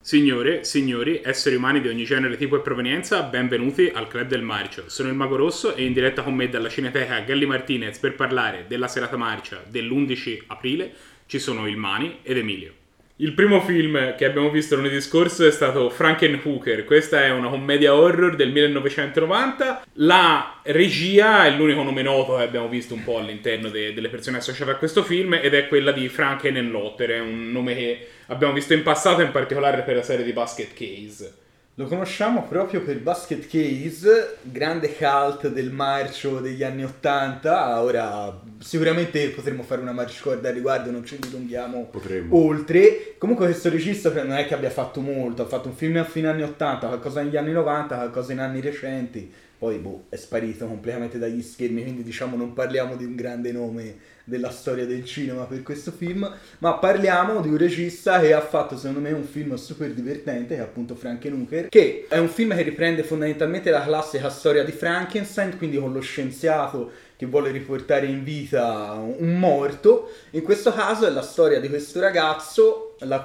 Signore, signori, esseri umani di ogni genere, tipo e provenienza, benvenuti al Club del Marcio. Sono il Mago Rosso e in diretta con me dalla Cineteca Gelli Martinez per parlare della serata marcia dell'11 aprile ci sono il Mani ed Emilio. Il primo film che abbiamo visto lunedì scorso è stato Frankenhooker. Questa è una commedia horror del 1990. La regia è l'unico nome noto che abbiamo visto un po' all'interno delle persone associate a questo film ed è quella di Frankenlotter. È un nome che abbiamo visto in passato, in particolare per la serie di Basket Case. Lo conosciamo proprio per Basket Case, grande cult del marcio degli anni '80. Ora sicuramente potremmo fare una marcicorda al riguardo, non ci dilunghiamo oltre. Comunque questo regista non è che abbia fatto molto, ha fatto un film a fine anni '80, qualcosa negli anni '90, qualcosa in anni recenti. Poi è sparito completamente dagli schermi, quindi diciamo non parliamo di un grande nome della storia del cinema per questo film, ma parliamo di un regista che ha fatto secondo me un film super divertente, che è appunto Frankenhooker, che è un film che riprende fondamentalmente la classica storia di Frankenstein, quindi con lo scienziato che vuole riportare in vita un morto. In questo caso è la storia di questo ragazzo la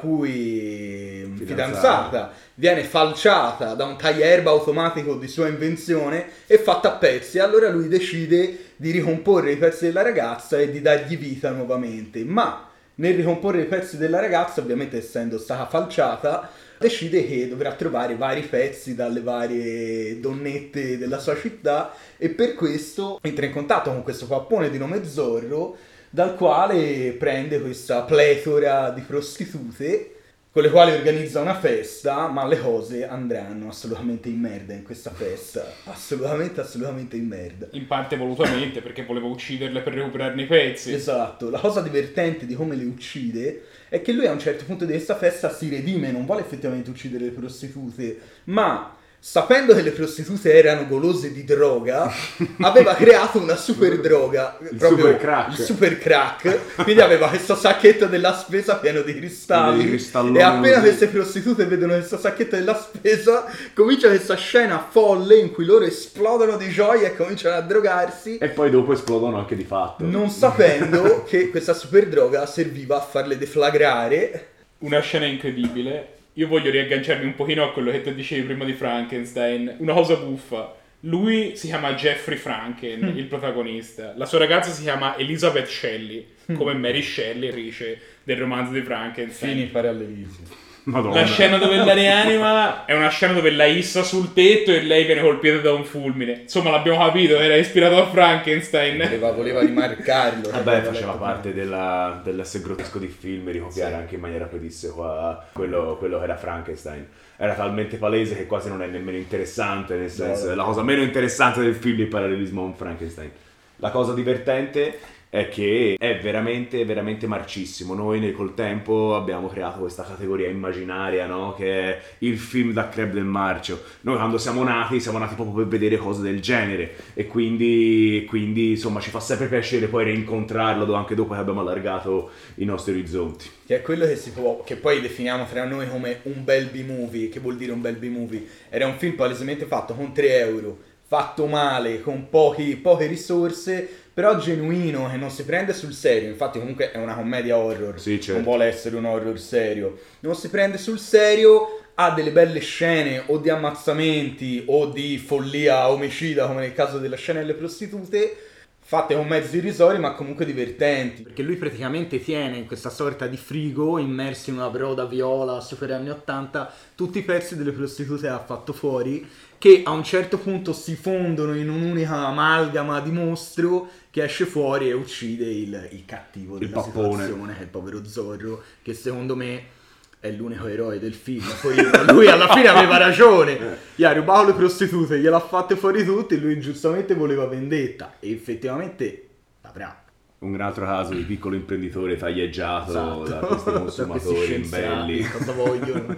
cui fidanzata viene falciata da un tagliaerba automatico di sua invenzione e fatta a pezzi. Allora lui decide di ricomporre i pezzi della ragazza e di dargli vita nuovamente, ma nel ricomporre i pezzi della ragazza, ovviamente essendo stata falciata, decide che dovrà trovare vari pezzi dalle varie donnette della sua città e per questo entra in contatto con questo pappone di nome Zorro, dal quale prende questa pletora di prostitute con le quali organizza una festa, ma le cose andranno assolutamente in merda in questa festa, assolutamente in merda. In parte volutamente, perché voleva ucciderle per recuperarne i pezzi. Esatto, la cosa divertente di come le uccide è che lui a un certo punto di questa festa si redime, non vuole effettivamente uccidere le prostitute, ma sapendo che le prostitute erano golose di droga, aveva creato una super droga, proprio il super crack, quindi aveva questo sacchetto della spesa pieno di cristalli e appena queste prostitute vedono questo sacchetto della spesa comincia questa scena folle in cui loro esplodono di gioia e cominciano a drogarsi e poi dopo esplodono anche di fatto, non sapendo che questa super droga serviva a farle deflagrare. Una scena incredibile. Io voglio riagganciarmi un pochino a quello che tu dicevi prima di Frankenstein. Una cosa buffa. Lui si chiama Jeffrey Franken, il protagonista. La sua ragazza si chiama Elizabeth Shelley, come Mary Shelley, Rice, del romanzo di Frankenstein. Fini parallelissimi. Madonna. La scena dove la rianima è una scena dove la issa sul tetto e lei viene colpita da un fulmine. Insomma, l'abbiamo capito, era ispirato a Frankenstein. Voleva rimarcarlo. Vabbè, faceva parte dell'essere grottesco di film e ricopiare anche in maniera pedissequa quello che era Frankenstein. Era talmente palese che quasi non è nemmeno interessante, nel senso, è la cosa meno interessante del film il parallelismo con Frankenstein. La cosa divertente è che è veramente, veramente marcissimo. Noi col tempo abbiamo creato questa categoria immaginaria, no? Che è il film da club del marcio. Noi quando siamo nati proprio per vedere cose del genere e quindi insomma ci fa sempre piacere poi rincontrarlo anche dopo che abbiamo allargato i nostri orizzonti. Che è quello che poi definiamo tra noi come un bel B-movie. Che vuol dire un bel B-movie? Era un film palesemente fatto con 3 euro, fatto male, con poche risorse, però genuino, che non si prende sul serio. Infatti comunque è una commedia horror, sì, certo. Non vuole essere un horror serio, non si prende sul serio, ha delle belle scene o di ammazzamenti o di follia omicida, come nel caso della scena delle prostitute, fatte con mezzi irrisori ma comunque divertenti, perché lui praticamente tiene in questa sorta di frigo immersi in una broda viola super anni '80 tutti i pezzi delle prostitute che ha fatto fuori, che a un certo punto si fondono in un'unica amalgama di mostro che esce fuori e uccide il cattivo della situazione, che è il povero Zorro, che secondo me è l'unico eroe del film. Poi lui alla fine aveva ragione, gli ha rubato le prostitute, gliel'ha fatte fuori tutte e lui giustamente voleva vendetta e effettivamente l'avrà. Un altro caso di piccolo imprenditore taglieggiato, esatto, da questi consumatori belli. Cosa vogliono?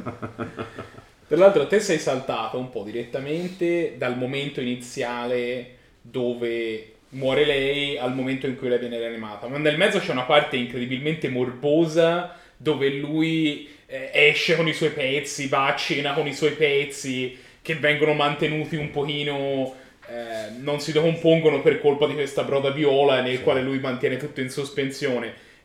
Tra l'altro te sei saltato un po' direttamente dal momento iniziale dove muore lei al momento in cui lei viene rianimata, ma nel mezzo c'è una parte incredibilmente morbosa dove lui esce con i suoi pezzi, va a cena con i suoi pezzi che vengono mantenuti un pochino, non si decompongono per colpa di questa broda viola nel quale lui mantiene tutto in sospensione.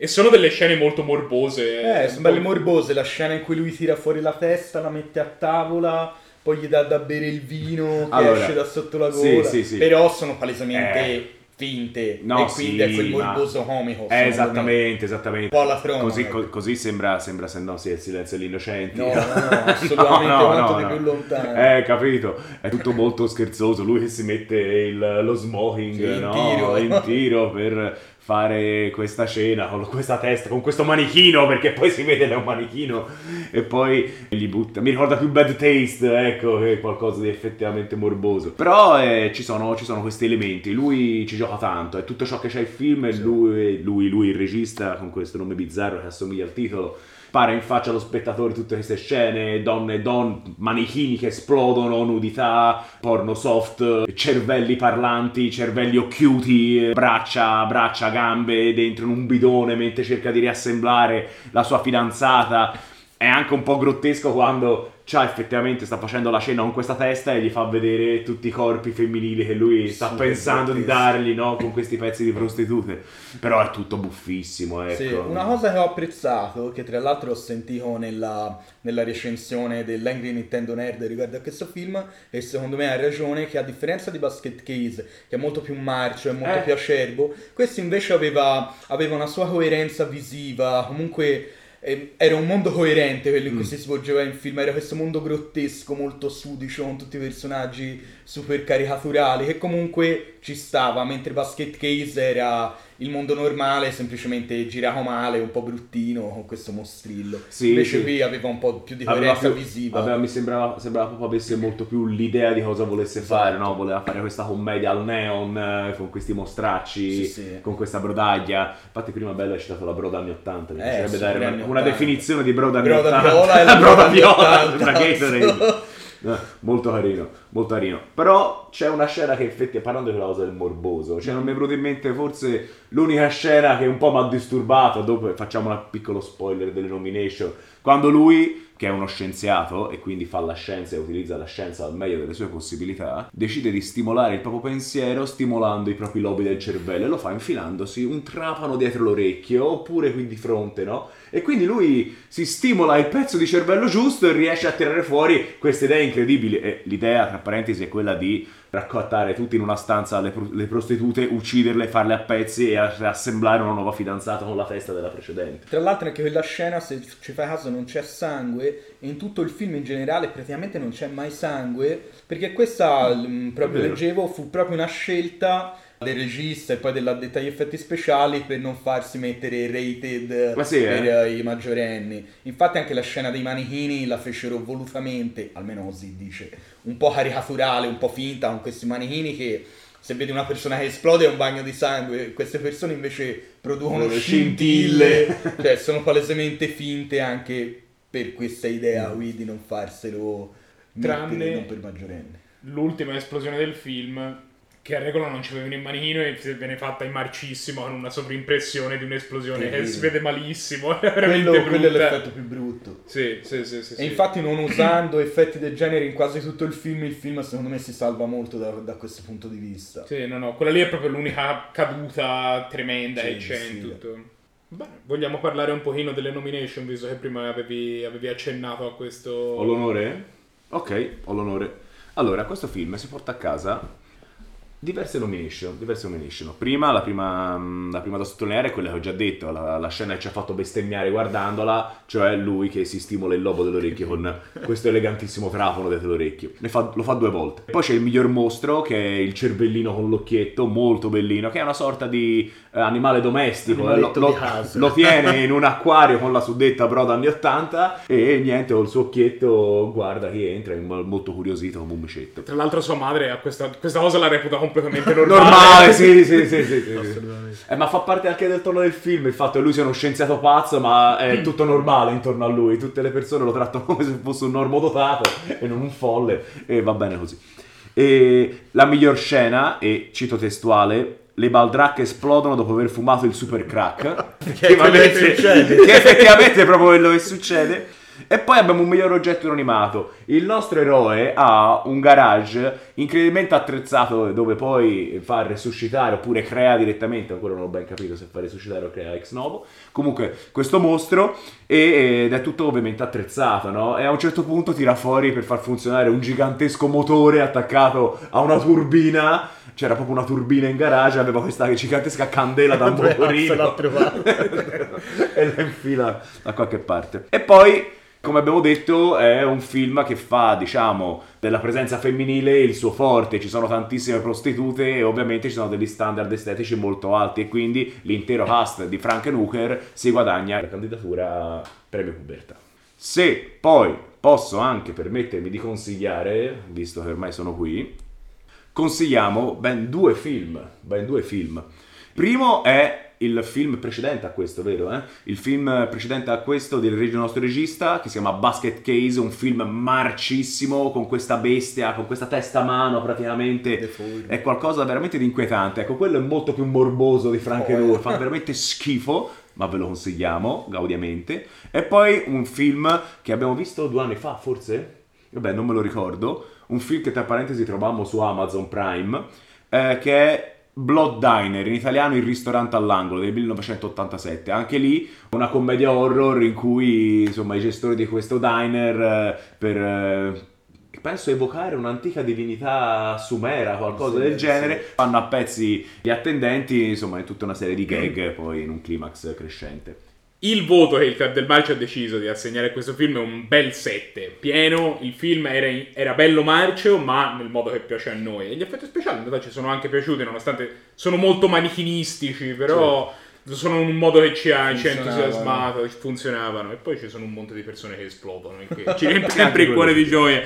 E sono delle scene molto morbose. Sono belle morbose, la scena in cui lui tira fuori la testa, la mette a tavola, poi gli dà da bere il vino che esce da sotto la gola. Sì. Però sono palesemente finte, no, e quindi è quel morboso comico. Esattamente. Un po' alla troma. Così sembra se no, sì, il silenzio degli innocenti. No, assolutamente quanto di più lontano. Capito? È tutto molto scherzoso. Lui che si mette lo smoking, in tiro per fare questa scena con questa testa, con questo manichino, perché poi si vede che è un manichino, e poi gli butta. Mi ricorda più Bad Taste, ecco, che qualcosa di effettivamente morboso. Però ci sono questi elementi. Lui ci gioca tanto, è tutto ciò che c'è il film, e lui il regista, con questo nome bizzarro che assomiglia al titolo, spara in faccia allo spettatore tutte queste scene, donne, manichini che esplodono, nudità, porno soft, cervelli parlanti, cervelli occhiuti, braccia, gambe dentro in un bidone mentre cerca di riassemblare la sua fidanzata. È anche un po' grottesco quando effettivamente sta facendo la scena con questa testa e gli fa vedere tutti i corpi femminili che lui sta pensando di dargli, no? Con questi pezzi di prostitute. Però è tutto buffissimo, ecco. Sì, una cosa che ho apprezzato, che tra l'altro ho sentito nella recensione dell'Angry Nintendo Nerd riguardo a questo film, e secondo me ha ragione, che a differenza di Basket Case, che è molto più marcio e molto più acerbo, questo invece aveva una sua coerenza visiva, comunque era un mondo coerente quello in cui si svolgeva in film, era questo mondo grottesco, molto sudicio, con tutti i personaggi super caricaturali, che comunque ci stava, mentre Basket Case era il mondo normale, semplicemente girato male, un po' bruttino, con questo mostrillo. Invece qui aveva un po' più di coerenza visiva. Mi sembrava proprio avesse molto più l'idea di cosa volesse fare, no? Voleva fare questa commedia al neon, con questi mostracci, con questa brodaglia. Infatti prima Bella ha citato la broda anni 80, mi piacerebbe dare una definizione di broda anni 80. Viola e la broda viola, una Gatorade. Molto carino. Però c'è una scena che effettivamente, parlando della cosa del morboso, non mi è venuto in mente forse l'unica scena che un po' mi ha disturbato. Dopo facciamo un piccolo spoiler delle nomination, quando lui, che è uno scienziato e quindi fa la scienza e utilizza la scienza al meglio delle sue possibilità, decide di stimolare il proprio pensiero stimolando i propri lobi del cervello, e lo fa infilandosi un trapano dietro l'orecchio oppure qui di fronte, no? E quindi lui si stimola il pezzo di cervello giusto e riesce a tirare fuori queste idee incredibili. E l'idea, tra parentesi, è quella di raccontare tutti in una stanza le prostitute, ucciderle, farle a pezzi e assemblare una nuova fidanzata con la testa della precedente. Tra l'altro anche quella scena, se ci fai caso, non c'è sangue, e in tutto il film in generale praticamente non c'è mai sangue, perché questa, proprio leggevo, fu proprio una scelta del regista e poi dell'addetta agli effetti speciali per non farsi mettere rated per i maggiorenni. Infatti anche la scena dei manichini la fecero volutamente, almeno così dice, un po' caricaturale, un po' finta, con questi manichini che se vedi una persona che esplode è un bagno di sangue, queste persone invece producono scintille, cioè sono palesemente finte anche per questa idea qui di non farselo mettere, non per maggiorenni. L'ultima esplosione del film, che a regola non ci avevano il manichino e viene fatta in marcissimo con una sovrimpressione di un'esplosione che si vede malissimo, è veramente quello è l'effetto più brutto. Sì. E infatti non usando effetti del genere in quasi tutto il film secondo me si salva molto da questo punto di vista. Sì, no, quella lì è proprio l'unica caduta tremenda che c'è in tutto. Bene, vogliamo parlare un pochino delle nomination, visto che prima avevi accennato a questo... Ho l'onore? Ok, ho l'onore. Allora, questo film si porta a casa diverse nomination. Prima, la prima da sottolineare è quella che ho già detto, la scena che ci ha fatto bestemmiare guardandola, cioè lui che si stimola il lobo dell'orecchio con questo elegantissimo trapano dietro l'orecchio. Lo fa 2 volte. Poi c'è il miglior mostro, che è il cervellino con l'occhietto, molto bellino, che è una sorta di animale domestico. Lo tiene in un acquario con la suddetta broda anni 80 e niente, col suo occhietto guarda chi entra, è molto curiosito come un micetto. Tra l'altro sua madre a questa cosa la reputa completamente normale. Normale, sì. Ma fa parte anche del tono del film il fatto che lui sia uno scienziato pazzo, ma è tutto normale intorno a lui. Tutte le persone lo trattano come se fosse un normodotato e non un folle, e va bene così. E la miglior scena, e cito testuale: le baldracche esplodono dopo aver fumato il super crack. Che effettivamente è proprio quello che succede. E poi abbiamo un miglior oggetto non animato. Il nostro eroe ha un garage incredibilmente attrezzato dove poi fa resuscitare oppure crea direttamente, ancora non ho ben capito se fa resuscitare o crea ex novo, comunque questo mostro, ed è tutto ovviamente attrezzato, no? E a un certo punto tira fuori per far funzionare un gigantesco motore attaccato a una turbina. C'era proprio una turbina in garage, aveva questa gigantesca candela da motorino e la infila da qualche parte. E poi, come abbiamo detto, è un film che fa, diciamo, della presenza femminile il suo forte. Ci sono tantissime prostitute e ovviamente ci sono degli standard estetici molto alti, e quindi l'intero cast di Frankenhooker si guadagna la candidatura a premio pubertà. Se poi posso anche permettermi di consigliare, visto che ormai sono qui, consigliamo ben due film. Primo è il film precedente a questo, vero? Il film precedente a questo del nostro regista, che si chiama Basket Case, un film marcissimo con questa bestia, con questa testa a mano praticamente. È qualcosa veramente di inquietante. Ecco, quello è molto più morboso di Frankenhooker, fa veramente schifo, ma ve lo consigliamo gaudiamente. E poi un film che abbiamo visto 2 anni fa, forse? Vabbè, non me lo ricordo. Un film che tra parentesi trovammo su Amazon Prime, che è Blood Diner, in italiano Il ristorante all'angolo, del 1987. Anche lì una commedia horror in cui, insomma, i gestori di questo diner, per penso evocare un'antica divinità sumera, qualcosa del genere, fanno a pezzi gli attendenti, insomma, in tutta una serie di gag, poi in un climax crescente. Il voto che il Club del Marcio ha deciso di assegnare a questo film è un bel 7, pieno. Il film era bello marcio, ma nel modo che piace a noi. E gli effetti speciali in realtà ci sono anche piaciuti, nonostante sono molto manichinistici, però sono in un modo che ci ha entusiasmato, funzionavano. E poi ci sono un monte di persone che esplodono, che ci riempie sempre il cuore di gioia.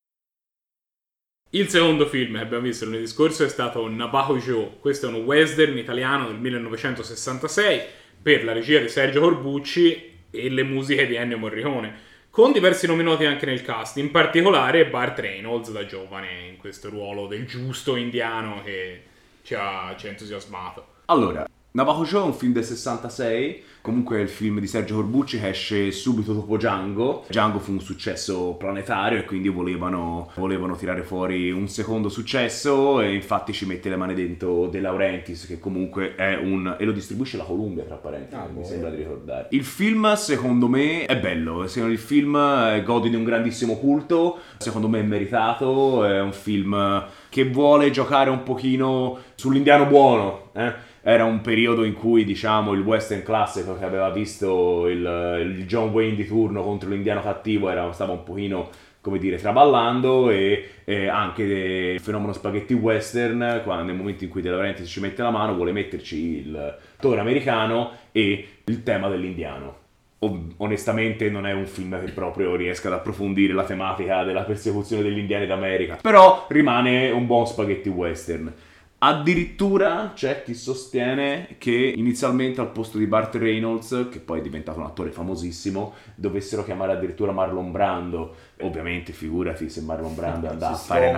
Il secondo film che abbiamo visto lunedì scorso è stato Navajo Joe. Questo è un western italiano del 1966, per la regia di Sergio Corbucci e le musiche di Ennio Morricone, con diversi nomi noti anche nel cast, in particolare Burt Reynolds da giovane in questo ruolo del giusto indiano che ci ha entusiasmato. Allora, Navajo Joe è un film del 66, comunque è il film di Sergio Corbucci che esce subito dopo Django. Django fu un successo planetario e quindi volevano tirare fuori un secondo successo, e infatti ci mette le mani dentro De Laurentiis, che comunque è e lo distribuisce la Columbia, tra parentesi, mi sembra di ricordare. Il film secondo me è bello, il film gode di un grandissimo culto, secondo me è meritato, è un film che vuole giocare un pochino sull'indiano buono, Era un periodo in cui, diciamo, il western classico che aveva visto il John Wayne di turno contro l'indiano cattivo stava un pochino, come dire, traballando, e anche il fenomeno spaghetti western, nel momento in cui De Laurentiis ci mette la mano, vuole metterci il toro americano e il tema dell'indiano. Onestamente non è un film che proprio riesca ad approfondire la tematica della persecuzione degli indiani d'America, però rimane un buon spaghetti western. Addirittura c'è chi sostiene che inizialmente al posto di Burt Reynolds, che poi è diventato un attore famosissimo, dovessero chiamare addirittura Marlon Brando. Ovviamente figurati se Marlon Brando è andato a fare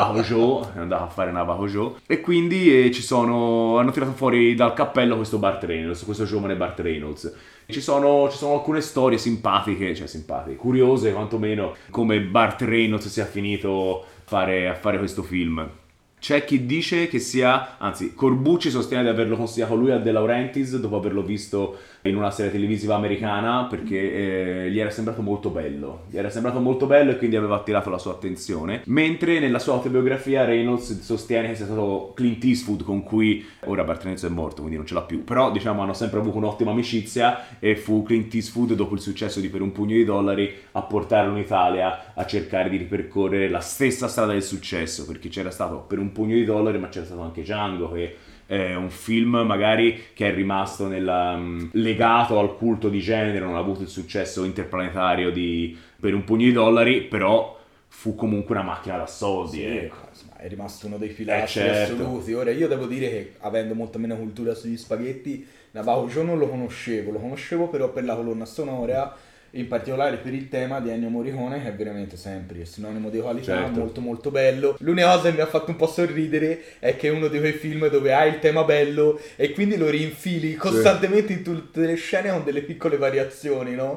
Navajo Joe, e quindi hanno tirato fuori dal cappello questo giovane Burt Reynolds. Ci sono alcune storie simpatiche, curiose quantomeno, come Burt Reynolds sia finito a fare questo film. C'è chi dice che Corbucci sostiene di averlo consigliato lui a De Laurentiis dopo averlo visto in una serie televisiva americana, perché gli era sembrato molto bello. E quindi aveva attirato la sua attenzione. Mentre nella sua autobiografia Reynolds sostiene che sia stato Clint Eastwood, con cui ora Burt Reynolds è morto, quindi non ce l'ha più. Però, diciamo, hanno sempre avuto un'ottima amicizia, e fu Clint Eastwood, dopo il successo di Per un pugno di dollari, a portarlo in Italia a cercare di ripercorrere la stessa strada del successo, perché c'era stato Per un pugno di dollari, ma c'era stato anche Django, che è un film magari che è rimasto legato al culto di genere, non ha avuto il successo interplanetario di Per un pugno di dollari, però fu comunque una macchina da soldi. Sì, è rimasto uno dei pilastri assoluti. Ora io devo dire che, avendo molta meno cultura sugli spaghetti, Navajo Joe non lo conoscevo però per la colonna sonora, in particolare per il tema di Ennio Morricone, che è veramente sempre sinonimo di qualità, molto molto bello. L'unica cosa che mi ha fatto un po' sorridere è che è uno di quei film dove hai il tema bello e quindi lo rinfili costantemente in tutte le scene con delle piccole variazioni, no?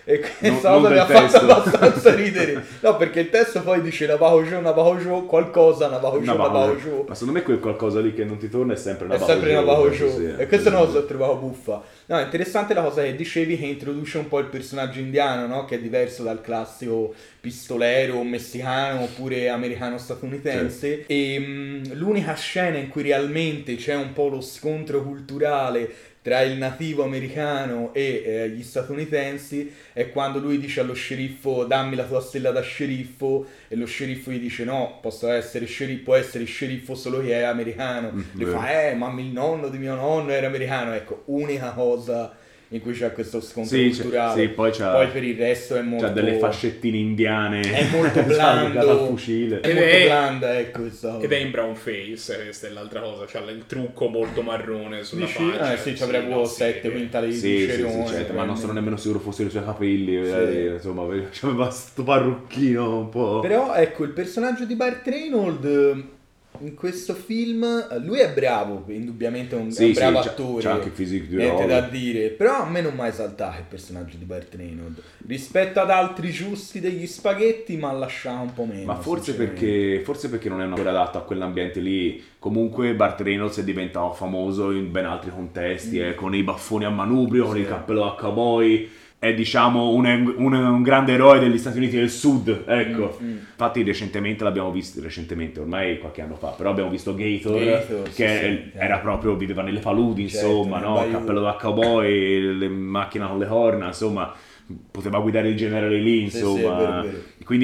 E questa cosa mi ha fatto abbastanza ridere. No, perché il testo poi dice Navajo, qualcosa, Navajo. Ma secondo me quel qualcosa lì che non ti torna è sempre Navajo. Sì, e questa è una cosa che trovato buffa. No, è interessante la cosa che dicevi, che introduce un po' il personaggio indiano, no? Che è diverso dal classico pistolero messicano oppure americano-statunitense. Certo. E l'unica scena in cui realmente c'è un po' lo scontro culturale tra il nativo americano e gli statunitensi è quando lui dice allo sceriffo dammi la tua stella da sceriffo, e lo sceriffo gli dice no, può essere sceriffo solo che è americano. Lui fa ma il nonno di mio nonno era americano. Ecco, unica cosa in cui c'è questo scontro culturale. Sì, poi per il resto è molto... C'ha delle fascettine indiane. È molto blando. Al fucile. È molto blanda, ecco. Ed è in brown face, questa è l'altra cosa. C'ha il trucco molto marrone sulla faccia. Sì, ci avrebbe 7 quintali di cerone. Sì, certo, ma non sono nemmeno sicuro fossero i suoi capelli. Insomma, c'aveva sto parrucchino un po'. Però, ecco, il personaggio di Burt Reynolds... In questo film lui è bravo, indubbiamente è un bravo attore, c'ha anche physique di niente da dire, però a me non mi ha esaltato il personaggio di Burt Reynolds rispetto ad altri giusti degli spaghetti, ma lasciava un po' meno. Ma forse perché non è un attore adatto a quell'ambiente lì. Comunque Burt Reynolds è diventato famoso in ben altri contesti, con i baffoni a manubrio, con il cappello da cowboy. È diciamo un grande eroe degli Stati Uniti del Sud, ecco. Infatti recentemente l'abbiamo visto, ormai qualche anno fa, però abbiamo visto Gator che era proprio, viveva nelle paludi, insomma, no? Il cappello da cowboy, le macchine con le corna, insomma, poteva guidare il generale lì, insomma. Vero. Quindi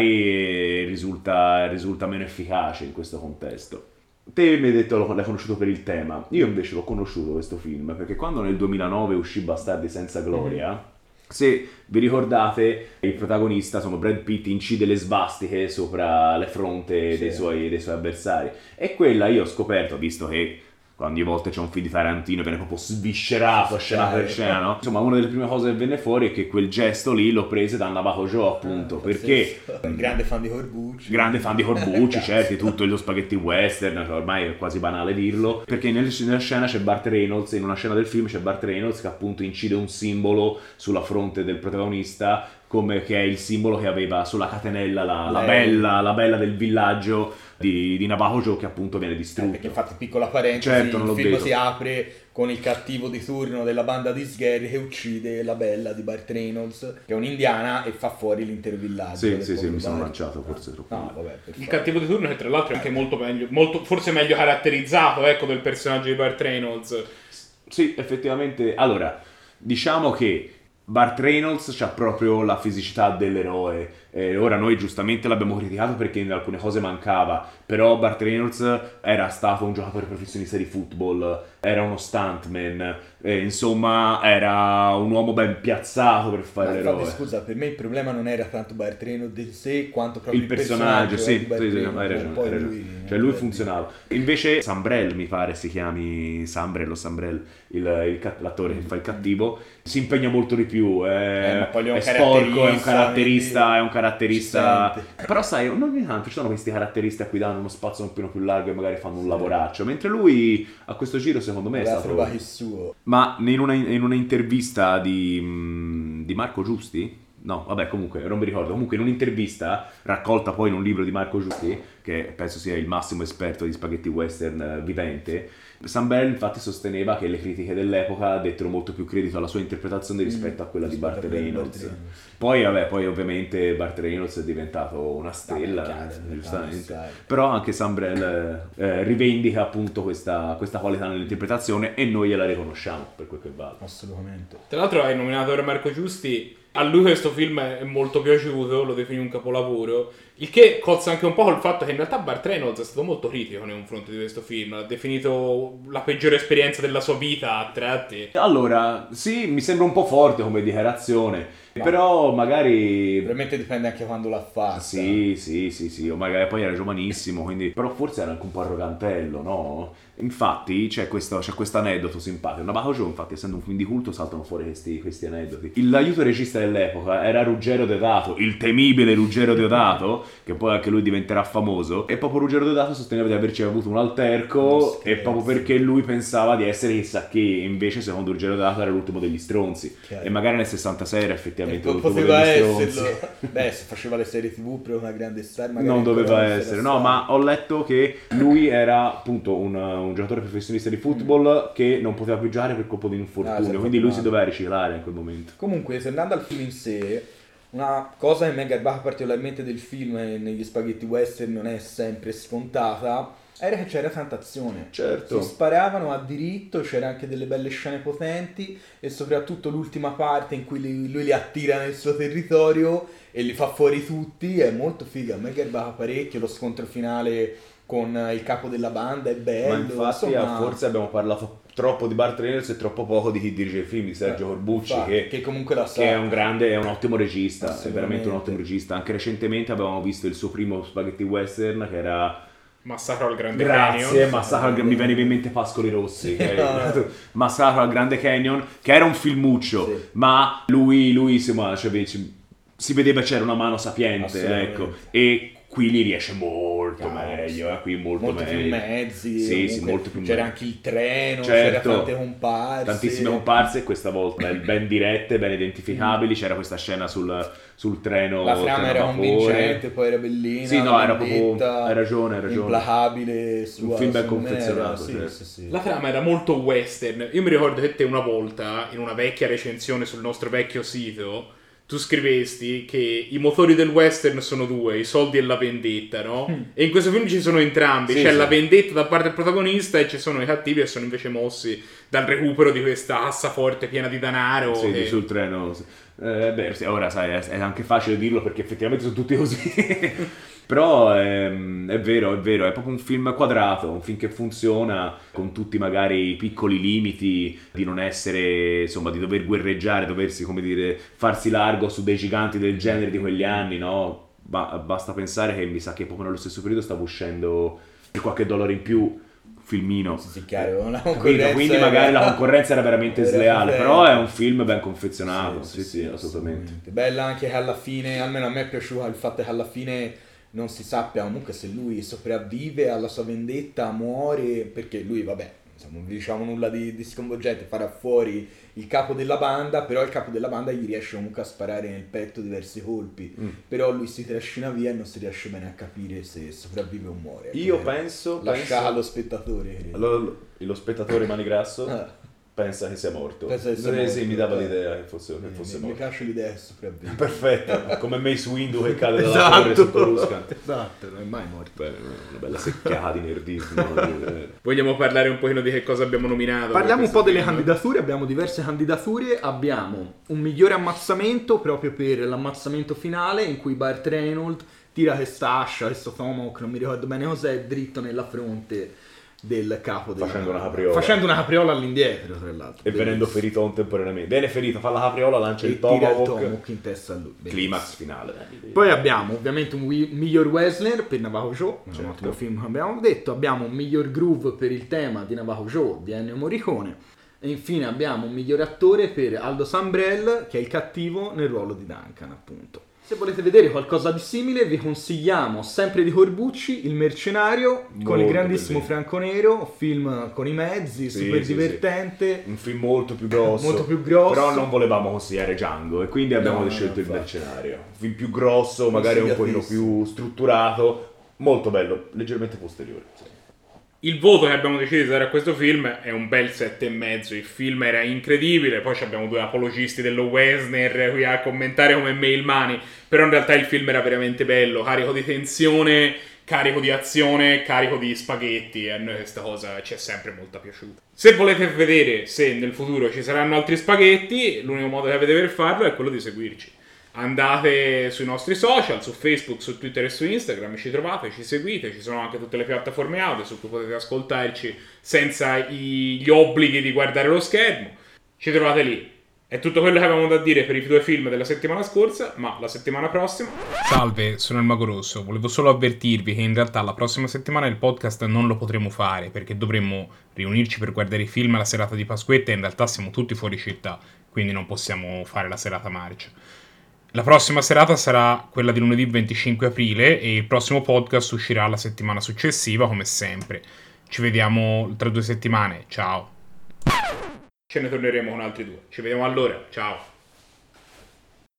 magari risulta meno efficace in questo contesto. Te mi hai detto l'hai conosciuto per il tema, io invece l'ho conosciuto questo film perché quando nel 2009 uscì Bastardi senza gloria, se vi ricordate, il protagonista, insomma Brad Pitt, incide le svastiche sopra le fronte dei suoi avversari, e quella io ho scoperto, visto che ogni volta c'è un film di Tarantino viene proprio sviscerato scena per scena, no? Insomma, una delle prime cose che venne fuori è che quel gesto lì l'ho preso da Navajo Joe, appunto, perché grande fan di Corbucci, certo, tutto lo spaghetti western, ormai è quasi banale dirlo, perché nella scena c'è Burt Reynolds, in una scena del film c'è Burt Reynolds che appunto incide un simbolo sulla fronte del protagonista, come che è il simbolo che aveva sulla catenella la bella del villaggio di Navajo Joe, che appunto viene distrutto. Perché infatti, piccola parentesi, certo, il film si apre con il cattivo di turno della banda di sgherri che uccide la bella di Burt Reynolds, che è un'indiana, e fa fuori l'intero villaggio. Sì, mi sono lanciato forse troppo. No, vabbè, il cattivo di turno, che tra l'altro è anche forse meglio caratterizzato, ecco, del personaggio di Burt Reynolds. Sì, effettivamente. Allora, diciamo che Burt Reynolds c'ha proprio la fisicità dell'eroe. Ora noi giustamente l'abbiamo criticato perché in alcune cose mancava, però Burt Reynolds era stato un giocatore professionista di football, era uno stuntman, insomma era un uomo ben piazzato per fare l'eroe. Infatti, scusa, per me il problema non era tanto Burt Reynolds in sé quanto proprio il personaggio. Sì, hai ragione. Cioè lui funzionava. Invece Sambrell, mi pare si chiami Sambrell, l'attore che fa il cattivo, si impegna molto di più, è sporco, è un caratterista, però sai, ogni tanto ci sono questi caratteristi a cui danno uno spazio un po' più largo e magari fanno un lavoraccio, mentre lui a questo giro secondo me è stato il suo. Ma in una intervista di Marco Giusti? No, vabbè, comunque non mi ricordo. Comunque in un'intervista raccolta poi in un libro di Marco Giusti, che penso sia il massimo esperto di spaghetti western vivente, Sambrell infatti sosteneva che le critiche dell'epoca dettero molto più credito alla sua interpretazione rispetto a quella di Burt Reynolds. Poi ovviamente Burt Reynolds è diventato una stella, giustamente. Però anche Sambrell rivendica appunto questa qualità nell'interpretazione, e noi gliela riconosciamo per quel che vale. Assolutamente. Tra l'altro hai nominato ora Marco Giusti. A lui questo film è molto piaciuto, lo definì un capolavoro, il che cozza anche un po' col fatto che in realtà Burt Reynolds è stato molto critico nei confronti di questo film, l'ha definito la peggiore esperienza della sua vita a tratti. Allora, sì, mi sembra un po' forte come dichiarazione, però magari... Probabilmente dipende anche quando l'ha fatta. Sì, o magari poi era giovanissimo, quindi... Però forse era anche un po' arrogantello, no? Infatti c'è questo aneddoto simpatico. Navajo Joe, infatti, essendo un film di culto, saltano fuori questi aneddoti. L'aiuto regista dell'epoca era Ruggero Deodato, il temibile Ruggero Deodato, che poi anche lui diventerà famoso. E proprio Ruggero Deodato sosteneva di averci avuto un alterco, e proprio perché lui pensava di essere chissà chi, invece secondo Ruggero Deodato era l'ultimo degli stronzi. Chiaro. E magari nel 66 era effettivamente l'ultimo poteva degli stronzi. esserlo. Beh, se faceva le serie TV per una grande star, magari Non doveva ancora essere, era no, stato. ma ho letto che lui era appunto un giocatore professionista di football che non poteva più giocare per colpo di un infortunio, quindi lui si doveva riciclare in quel momento. Comunque, tornando al film in sé, una cosa che mi è garbata particolarmente del film e negli spaghetti western non è sempre scontata, era che c'era tanta azione. Certo. Si sparavano a diritto, c'era anche delle belle scene potenti e soprattutto l'ultima parte in cui lui li attira nel suo territorio e li fa fuori tutti, è molto figa, a me è garbata parecchio, lo scontro finale con il capo della banda è bello. Ma infatti insomma, forse abbiamo parlato troppo di Burt Reynolds e troppo poco di chi dirige il film, di Sergio Corbucci, infatti, che comunque la sa. che è un grande, è un ottimo regista, è Assolutamente. veramente un ottimo regista. Anche recentemente avevamo visto il suo primo spaghetti western che era... Massacro al Grande Grazie, Canyon. mi veniva in mente Pascoli Rossi, Massacro al Grande Canyon, che era un filmuccio, Sì. ma lui insomma, si vedeva c'era una mano sapiente, Assolutamente. ecco, e qui gli riesce molto meglio, qui molto molti meglio. più mezzi, Sì, comunque sì, molto più c'era mezzi. anche il treno, Certo. c'era tante comparse, Tantissime comparse, questa volta ben dirette, ben identificabili. C'era questa scena sul treno. la trama treno era a vapore. convincente, poi era bellina, Sì, no, la era proprio. vendetta, Hai ragione. implacabile sua, Un film ben secondo me confezionato, sì, certo. sì, sì. La trama era molto western. Io mi ricordo che te una volta, in una vecchia recensione sul nostro vecchio sito, tu scrivesti che i motori del western sono due, i soldi e la vendetta, no? E in questo film ci sono entrambi, Sì, c'è sì. la vendetta da parte del protagonista e ci sono i cattivi che sono invece mossi dal recupero di questa assaforte piena di denaro. Sì, e- sul treno. Beh, sì, ora sai, è anche facile dirlo perché effettivamente sono tutti così. Però è vero, è proprio un film quadrato, un film che funziona con tutti magari i piccoli limiti di non essere, insomma, di dover guerreggiare, doversi, come dire, farsi largo su dei giganti del genere di quegli anni, no? Basta pensare che mi sa che proprio nello stesso periodo stava uscendo per qualche dollaro in più filmino. Sì, chiaro, la Capito? concorrenza Quindi magari la concorrenza era veramente era sleale, potente. però è un film ben confezionato, Sì, sì, assolutamente. Bella anche che alla fine, almeno a me è piaciuto il fatto che alla fine non si sappia comunque se lui sopravvive alla sua vendetta, muore, perché lui, vabbè, insomma, non vi diciamo nulla di sconvolgente, farà fuori il capo della banda, però il capo della banda gli riesce comunque a sparare nel petto diversi colpi, però lui si trascina via e non si riesce bene a capire se sopravvive o muore. Io Come penso lascia allo spettatore, credo. Allora, lo spettatore Manigrasso Ah. pensa che sia morto. Pensa che sia Sì, morto. sì, mi dava l'idea che fosse Mi morto. piace l'idea che sopravvive. Perfetto, come Mace Windu che cade dalla torre su Coruscant. Esatto, non è mai morto. Beh, una bella seccata di nerdismo. Vogliamo parlare un pochino di che cosa abbiamo nominato? Parliamo un per po' questo delle film? candidature, abbiamo diverse candidature, abbiamo un migliore ammazzamento proprio per l'ammazzamento finale in cui Burt Reynolds tira questa ascia, questo tomahawk, non mi ricordo bene cos'è, dritto nella fronte del capo della Facendo una banda. capriola. Facendo una capriola all'indietro, tra l'altro. E venendo ferito contemporaneamente. Viene ferito, fa la capriola, lancia e il tira il tomahawk. tomahawk in testa a lui. Bellissimo. Climax finale. Poi abbiamo ovviamente un miglior wrestler per Navajo Joe, Certo. un ottimo film come abbiamo detto, abbiamo un miglior groove per il tema di Navajo Joe di Ennio Morricone e infine abbiamo un miglior attore per Aldo Sambrell che è il cattivo nel ruolo di Duncan, appunto. Se volete vedere qualcosa di simile vi consigliamo sempre di Corbucci Il Mercenario con il Molto grandissimo bellino. Franco Nero, film con i mezzi, Sì, super sì, divertente. Un film molto più grosso. Molto più grosso. Però non volevamo consigliare Django e quindi abbiamo No, scelto Il infatti. Mercenario. Un film più grosso, magari un pochino più strutturato, molto bello, leggermente posteriore. Sì. Il voto che abbiamo deciso di dare a questo film è un bel 7,5. Il film era incredibile. Poi abbiamo due apologisti dello Wesner qui a commentare come Mail Money. Però in realtà il film era veramente bello, carico di tensione, carico di azione, carico di spaghetti. E a noi questa cosa ci è sempre molto piaciuta. Se volete vedere se nel futuro ci saranno altri spaghetti, l'unico modo che avete per farlo è quello di seguirci. Andate sui nostri social, su Facebook, su Twitter e su Instagram, ci trovate, ci seguite, ci sono anche tutte le piattaforme audio su cui potete ascoltarci senza gli obblighi di guardare lo schermo. Ci trovate lì. È tutto quello che avevamo da dire per i 2 film della settimana scorsa, ma la settimana prossima... Salve, sono il Mago Rosso. Volevo solo avvertirvi che in realtà la prossima settimana il podcast non lo potremo fare perché dovremmo riunirci per guardare i film alla serata di Pasquetta e in realtà siamo tutti fuori città, quindi non possiamo fare la serata marcia. La prossima serata sarà quella di lunedì 25 aprile e il prossimo podcast uscirà la settimana successiva come sempre. Ci vediamo tra 2 settimane, ciao! Ce ne torneremo con altri 2. Ci vediamo allora, ciao!